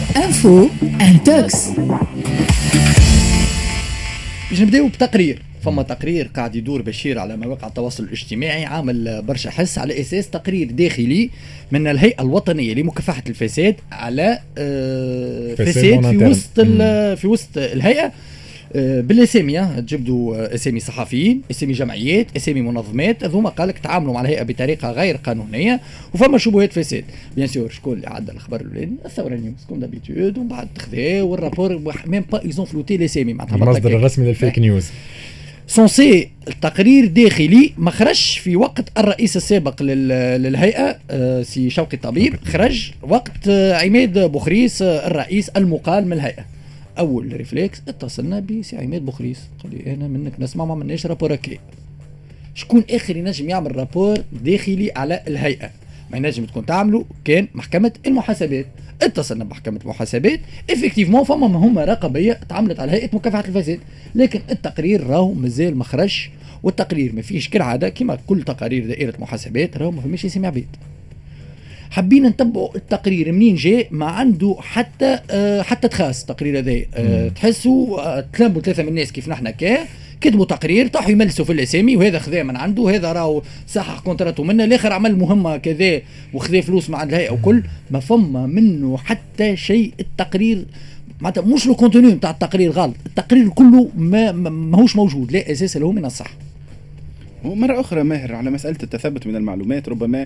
انفو انتوكس. باش نبداو بتقرير. فما تقرير قاعد يدور بشير على مواقع التواصل الاجتماعي، عامل برشا حس على اساس تقرير داخلي من الهيئه الوطنيه لمكافحه الفساد على فساد في وسط الهيئه بالاسامي. تجبدوا اسامي صحفيين، اسامي جمعيات، اسامي منظمات، هذوما قالك تعاملوا مع الهيئه بطريقه غير قانونيه وفما شبهات فساد. بيان سور شكون اللي عدى الخبر الاولاني؟ الثوره نيوز كوم دابيتود، ومن بعد تخذاه والرابور ميم با ايزون فلوتي لاسامي معناتها المصدر الرسمي للفيك نيوز. سونسي التقرير داخلي ما خرج في وقت الرئيس السابق للهيئه سي شوقي طبيب، خرج وقت عماد بوخريس الرئيس المقال من الهيئه. اول ريفلكس اتصلنا بسي عماد بوخريس، قال لي انا منك نسمع ما عملناش رابور هكا. شكون اخر ينجم يعمل رابور داخلي على الهيئه؟ ما ينجم تكون تعملوا كان محكمه المحاسبات. اتصلنا بمحكمه المحاسبات، افكتيفمون فما مهمه رقابيه تعملت على هيئه مكافحه الفساد، لكن التقرير راهو مازال ما خرج، والتقرير ما فيش كالعاده كما كل تقارير دائره محاسبات راهو ما فماش اسم عبيد. حابين نتبعوا التقرير منين جاء، ما عنده حتى تخاص التقرير هذا. تحسوا تلموا ثلاثه من الناس كيف نحن كتبوا تقرير طاحوا يملسوا في الاسامي، وهذا خذا من عنده، هذا راهو صحح كونتراتو منه، الاخر عمل مهمه كذا وخذا فلوس مع الهيئه وكل. ما فما منه حتى شيء. التقرير معناتها مش لو كونتوني نتاع التقرير غلط، التقرير كله ماهوش موجود، لا اساس له من الصح. ومرة أخرى ماهر على مسألة التثبت من المعلومات، ربما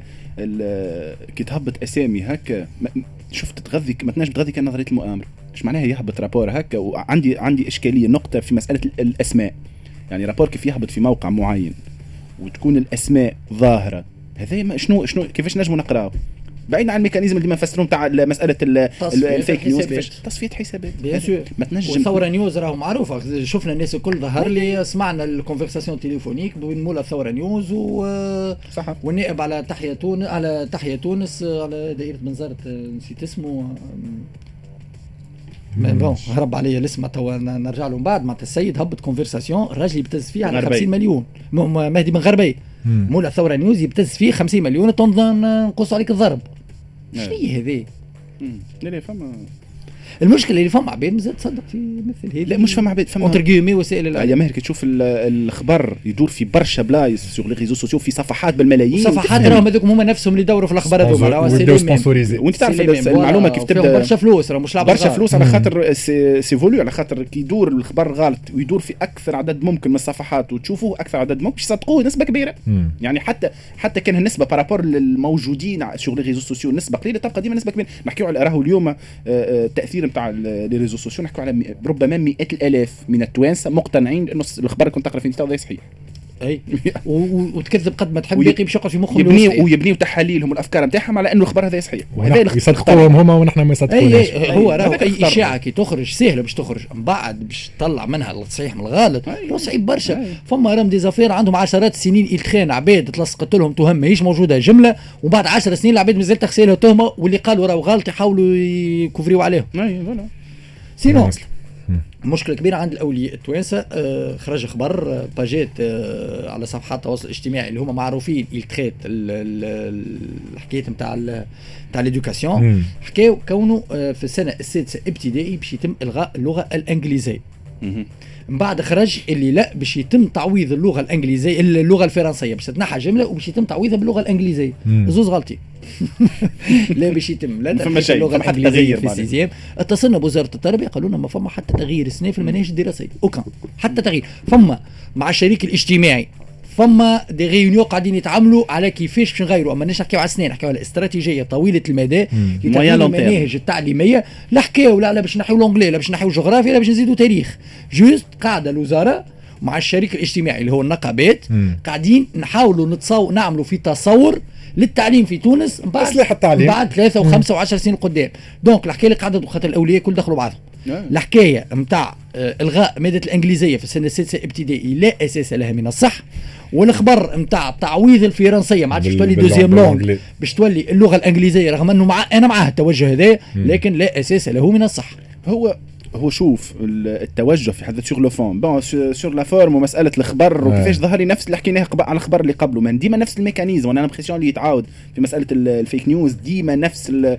كي تهبط أسامي هكا شفت تغذي ما تنجم تغذي كان نظرية المؤامرة. إيش معناها يهبط رابور هكا؟ وعندي إشكالية نقطة في مسألة الأسماء. يعني رابور كيف يهبط في موقع معين وتكون الأسماء ظاهرة، هذا شنو كيفاش نجم نقرأه؟ بعيد عن الميكانيزم اللي ما نفسرون تاع مساله الفيك نيوز، تصفيه حسابات. ما تنجم. الثوره نيوز راهو معروفه، شفنا الناس الكل ظهر لي، سمعنا الكونفرساسيون تليفونيك بين مولا الثوره نيوز والنائب على تحيا تونس على دائره بنزرت، نسيت اسمه بون هرب عليا الاسم توا نرجع له من بعد. معناتها السيد هبط كونفرساسيون، الراجل يبتز فيه على 50 مليون. مهدي بن غربي مولا الثوره نيوز يبتز فيه 50 مليون، تنقص عليك الضرب. شنو هي هذه؟ لا فما المشكله اللي فما عباد مازال تصدق في مثل هذه. لا مش فما عباد، فما اونترغيومي وسائل الاعلام. يا ماهر كي تشوف الخبر يدور في برشا بلايص سوغ لي ريزو سوسيو، في صفحات بالملايين، صفحات راهم هذوك هما نفسهم اللي يدوروا في الاخبار هذوما، وانت تعرف المعلومه كيف تبدا برشا فلوس، راه مش برشا فلوس على خاطر سي فولو، على خاطر كي يدور الخبر غلط ويدور في اكثر عدد ممكن من الصفحات وتشوفوه اكثر عدد ممكن يصدقوه نسبه كبيره. يعني حتى كان النسبه بارابور للموجودين سوغ لي ريزو سوسيو نسبه قليله، تبقى ديما نسبه كبيره. نحكيو على راهو اليوم التاثير نتاع لي ريزو سوسيو، نحكيو على ربما مئات الالاف من التوانسه مقتنعين انه الخبر كنت تقرا في الانترنت هذا صحيح. اي وتكذب قد ما تحب، باقي باش يقعد في مخهم ويبنيوا تحاليلهم والافكار نتاعهم على انه الخبر هذا صحيح، وهذا يصدقوهم هما ونحن ما يصدقوناش. هو راهو اي اشاعه كي تخرج سهله باش تخرج، من بعد باش تطلع منها الصحيح من الغلط هو صعيب برشا. فما رام دي زافير عندهم عشرات السنين الخان عباد تلصقت لهم تهم ماهيش موجوده جمله، وبعد 10 سنين العباد مازال تغسلها تهمه، واللي قالوا راهو غلط يحاولوا يكفريوا عليهم. سينو مشكلة كبيرة عند الأولياء التوانسة. خرج خبر باجات على صفحات التواصل الاجتماعي اللي هما معروفين التريت الحكاية نتاع الإدوكاسيون، حكاو كونه في السنة السادسة ابتدائي باش يتم إلغاء اللغة الإنجليزية. من بعد خرج اللي لا باش يتم تعويض اللغة الإنجليزية اللغة الفرنسية باش تتنحى جملة وباش يتم تعويضها باللغة الإنجليزية. زوز غلطي. لا باش يتم لا تغيير اللغه الانجليزيه في السيزيام. اتصلنا بوزاره التربيه قالوا لنا ما فما حتى تغيير السنه في المناهج الدراسيه، اوكان حتى تغيير. فما مع الشريك الاجتماعي فما دي ريونيون قاعدين يتعاملوا على كيفاش باش نغيروا، اما نحكيو على السنين، نحكيو على استراتيجيه طويله المدى لتغيير المناهج التعليميه. لا حكاو لا باش نحيو لونجلي، لا باش نحيو جغرافيا، لا باش نزيدوا تاريخ. جوست قاعده الوزاره مع الشريك الاجتماعي اللي هو النقابات قاعدين نحاولوا نعملوا في تصور للتعليم في تونس بعد اصلاح التعليم بعد 3 و5 و10 سنين قدام. دونك الحكايه اللي قاعده خاطر الاولياء كل دخلوا بعضهم. الحكايه نتاع الغاء ماده الانجليزيه في السنه السادسه ابتدائي لا اساس لها من الصح، والخبر نتاع تعويض الفرنسيه ما عادش تولي دوزيام لونغ باش تولي اللغه الانجليزيه، رغم انه انا معاه التوجه هذا لكن لا اساس له من الصح. هو شوف التوجه في حد سور لو فون بون سور لا فورم ومساله الخبر وكيفاش ظهر لي نفس اللي حكيناه على الخبر اللي قبله، من ديما نفس الميكانيزم. وانا امبرسيون اللي يتعاود في مساله الفيك نيوز ديما نفس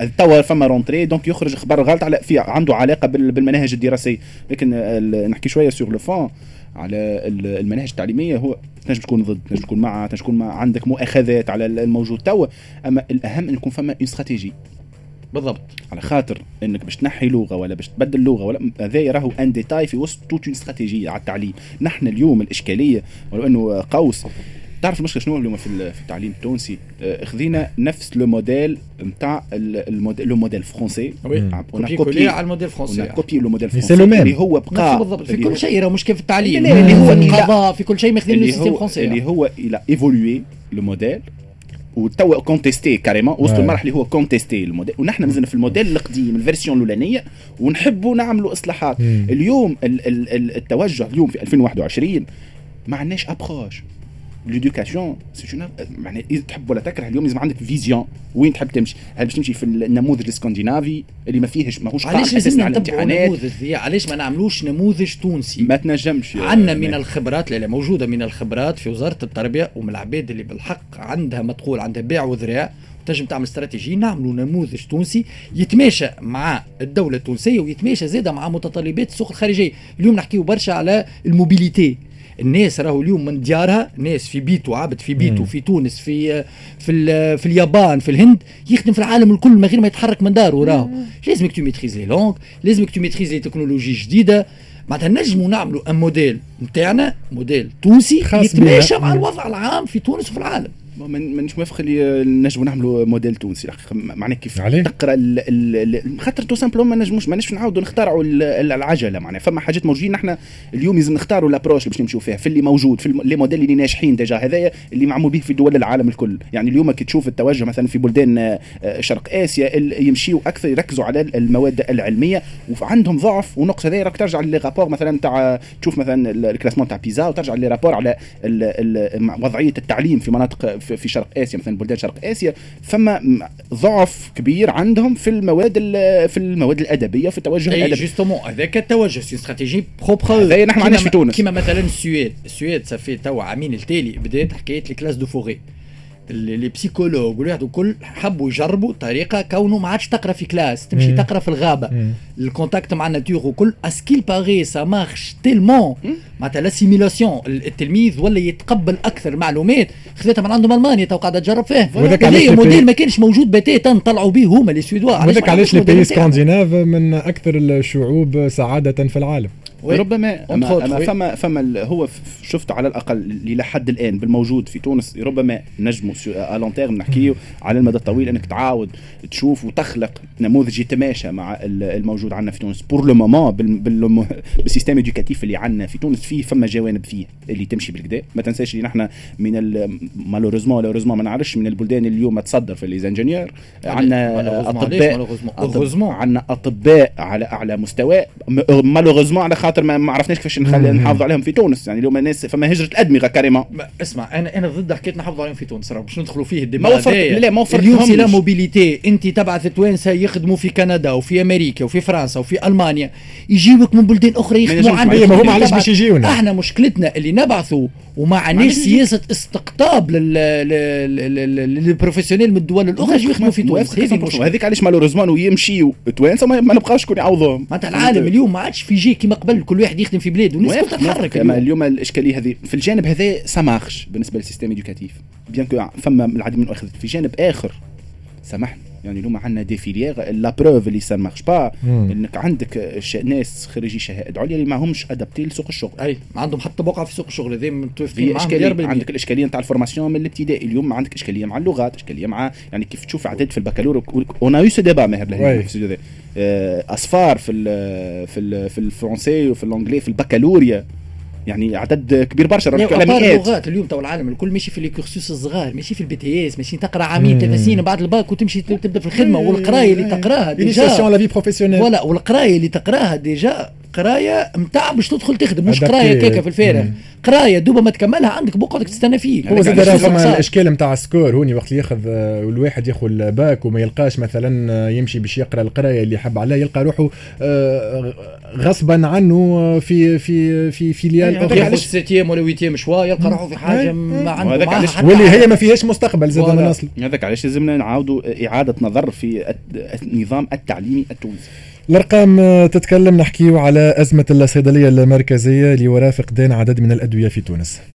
توا فما رونتري دونك يخرج اخبار غلط على في عنده علاقه بالمناهج الدراسيه. لكن نحكي شويه سور لو فون على المناهج التعليميه. هو تنجم تكون ضد، تنجم تكون مع، تنجم تكون عندك مؤاخذات على الموجود توا، اما الاهم ان يكون فما استراتيجي بالضبط. على خاطر انك باش تنحي لغه ولا باش تبدل لغه ولا هذا راهو ان ديتاي في وسط توت اون استراتيجيه على التعليم. نحن اليوم الاشكاليه ولو انه قوس، تعرف المشكله شنو اليوم في التعليم التونسي؟ خذينا نفس لو موديل نتاع لو موديل فرونسي، كوبي على الموديل فرونسي، كوبي لو موديل فرونسي اللي هو بقى بالضبط في كل شيء. راه مشكل في التعليم اللي هو القضاء، في كل شيء ماخذين لو سيستم فرونسي اللي هو الى ايفولوي لو موديل وتوا كونتيستي كاريمون وسط المرحله اللي هو كونتيستي الموديل، ونحن مازلنا في الموديل القديم الفيرسيون الاولانيه ونحبوا نعملوا اصلاحات. اليوم التوجه اليوم في 2021 ما عندناش ابروش ليدوكاسيون معناها تحب ولا تكره. اليوم لازم عندك فيزيون وين تحب تمشي. هل باش تمشي في النموذج الاسكندنافي اللي ما فيهش ماهوش قاعد اساسا على الامتحانات؟ علاش ما نعملوش نموذج تونسي؟ ما تنجمش. عندنا من الخبرات اللي موجوده من الخبرات في وزاره التربيه ومن العباد اللي بالحق عندها مدخول، عندها بيع وذراع، تنجم تعمل استراتيجيه. نعملوا نموذج تونسي يتماشى مع الدوله التونسيه ويتماشى زاده مع متطلبات السوق الخارجيه. اليوم نحكيو برشا على الموبيليتي. الناس راهو اليوم من ديارها، ناس في بيته عبد في بيته في تونس في اليابان في الهند، يخدم في العالم الكل من غير ما يتحرك من داره. راهو لازمك تو ميتريز لي لونغ، لازمك تو ميتريز لي تكنولوجي جديده. معناتها نجموا نعملوا ان موديل نتاعنا، موديل تونسي يتماشى مع الوضع العام في تونس وفي العالم. مانيش موافق اللي نجموا نعملوا موديل تونسي. معناها كيف تقرا خاطر تو سامبلوم ما نجموش نعاودوا نخترعوا العجله. معناها فما حاجات موجودين نحن اليوم لازم نختاروا لابروش باش نمشيو فيها في اللي موجود، في لي موديل اللي ناجحين ديجا. هذايا اللي معمول به في دول العالم الكل. يعني اليوم كي تشوف التوجه مثلا في بلدان شرق اسيا يمشيو اكثر يركزوا على المواد العلميه وعندهم ضعف ونقص. هذايا راك ترجع لي رابور مثلا تاع تشوف مثلا الكلاسمون تاع بيزا وترجع لي رابور على وضعيه التعليم في مناطق في شرق اسيا مثلا بلدان شرق اسيا. فما ضعف كبير عندهم في المواد الادبيه في التوجه الادبي. جوستومون هذاك التوجه سي استراتيجي بروبر. هذا نحن ما عندناش في تونس. كيما مثلا السويد صافي توا عامين التالي بدات حكايه لي كلاس دو فوغي. اللي بسيكولوج والواحد وكل حبوا يجربوا طريقه كونه ما عادش تقرا في كلاس، تمشي تقرا في الغابه. الكونتاكت مع الناتور وكل اسكيل باغي سا مارش تيلمون معناتها لاسيميلاسيون. التلميذ ولا يتقبل اكثر معلومات خذتها من عندهم المانيا تو قاعده تجرب فيه. هذا موديل ما كانش موجود بتاتا طلعوا به هما لي سويدوا. هذاك علاش لي بيي سكانديناف من اكثر الشعوب سعاده في العالم. ربما أما فما هو شفت على الاقل الى حد الان بالموجود في تونس ربما نجموا على تيرم نحكيو على المدى الطويل انك تعاود تشوف وتخلق نموذج يتماشى مع الموجود عندنا في تونس. بور لو مومون بالسيستم ايدوكاتيف اللي عندنا في تونس فما جوانب فيه اللي تمشي بالكدا. ما تنساش اللي نحن من مالوريزمون ما نعرفش من البلدان اللي اليوم تصدر في ليزانجينيور. عندنا اطباء عندنا اطباء على اعلى مستوى. مالوريزمون على خاطر ما عرفناش كيفاش نحافظوا عليهم في تونس. يعني اليوم الناس فما هجره الادمغه كاريمون. اسمع انا ضد حكايه نحافظوا عليهم في تونس. راه باش ندخلوا فيه الديبا. ما وفرت اليوم سي لا موبيليتي. انت تبعث توانسه يخدموا في كندا وفي امريكا وفي فرنسا وفي المانيا، يجيوك من بلدان اخرى يخدموا عندنا. ما هم علاش باش يجيونا؟ احنا مشكلتنا اللي نبعثوا وما عندناش سياسه استقطاب للبروفيسيونيل من الدول الاخرى يجوا يخدموا في تونس. هذيك علاش مالوريزمون ويمشيو توانسه ما نبقاوش شكون يعوضوهم. معناتها العالم اليوم ما عادش في جي كيما قبل كل واحد يخدم في بلاده والناس تتحرك. اليوم الاشكاليه هذه في الجانب هذا سامارش بالنسبه للسيستم ايدوكاتيف بيان كو فما العديد من المؤاخذات. في جانب اخر سامحني يعني اليوم عندنا دي فيليير لا بروف اللي سا مارش با انك عندك ناس خريجي شهائد عليا اللي ما همش ادابتي لسوق الشغل. اي ما عندهم حتى بقعه في سوق الشغل. هذه متوافقين معاهم. عندك الاشكاليه نتاع الفورماسيون من الابتدائي. اليوم عندك اشكاليه مع اللغات، اشكاليه مع يعني كيف تشوف عدد في البكالوريا. اون يو سو ديبا ماهر لهنا في اصفار في الفرنسي وفي الانجلي في البكالوريا. يعني عدد كبير برشا. اللغات اليوم تو العالم الكل ماشي في لي كورسوس الصغار، ماشي في البي تي اس، ماشي تقرا عامين 3 سنين بعد الباك وتمشي تبدا في الخدمه. والقرايه اللي تقراها ديجا لا في بروفيسيونيل ولا والقرايه اللي تقراها ديجا قرايه نتاع باش تدخل تخدم، مش Adapté. قرايه كيكه في الفارغ، قرايه دوبا ما تكملها عندك بقعدك تستنى فيه. هو زاد علاش راه لازم فما الاشكال نتاع السكور هوني وقت ياخذ الواحد ياخذ الباك وما يلقاش مثلا يمشي باش يقرا القرايه اللي يحب عليها، يلقى روحه غصبا عنه في فيليال ياخذ اخرى سيتيام ولا ويتيام شويه يلقى روحه في حاجه ما عنده وهذاك معاها علاش حتى واللي حاجة. هي ما فيهاش مستقبل زاد فوالا. نصل. هذاك علاش لازمنا نعاودوا اعاده نظر في النظام التعليمي التونسي. الارقام تتكلم، نحكيو على ازمه الصيدليه المركزيه اللي وراء فقدان عدد من الادويه في تونس.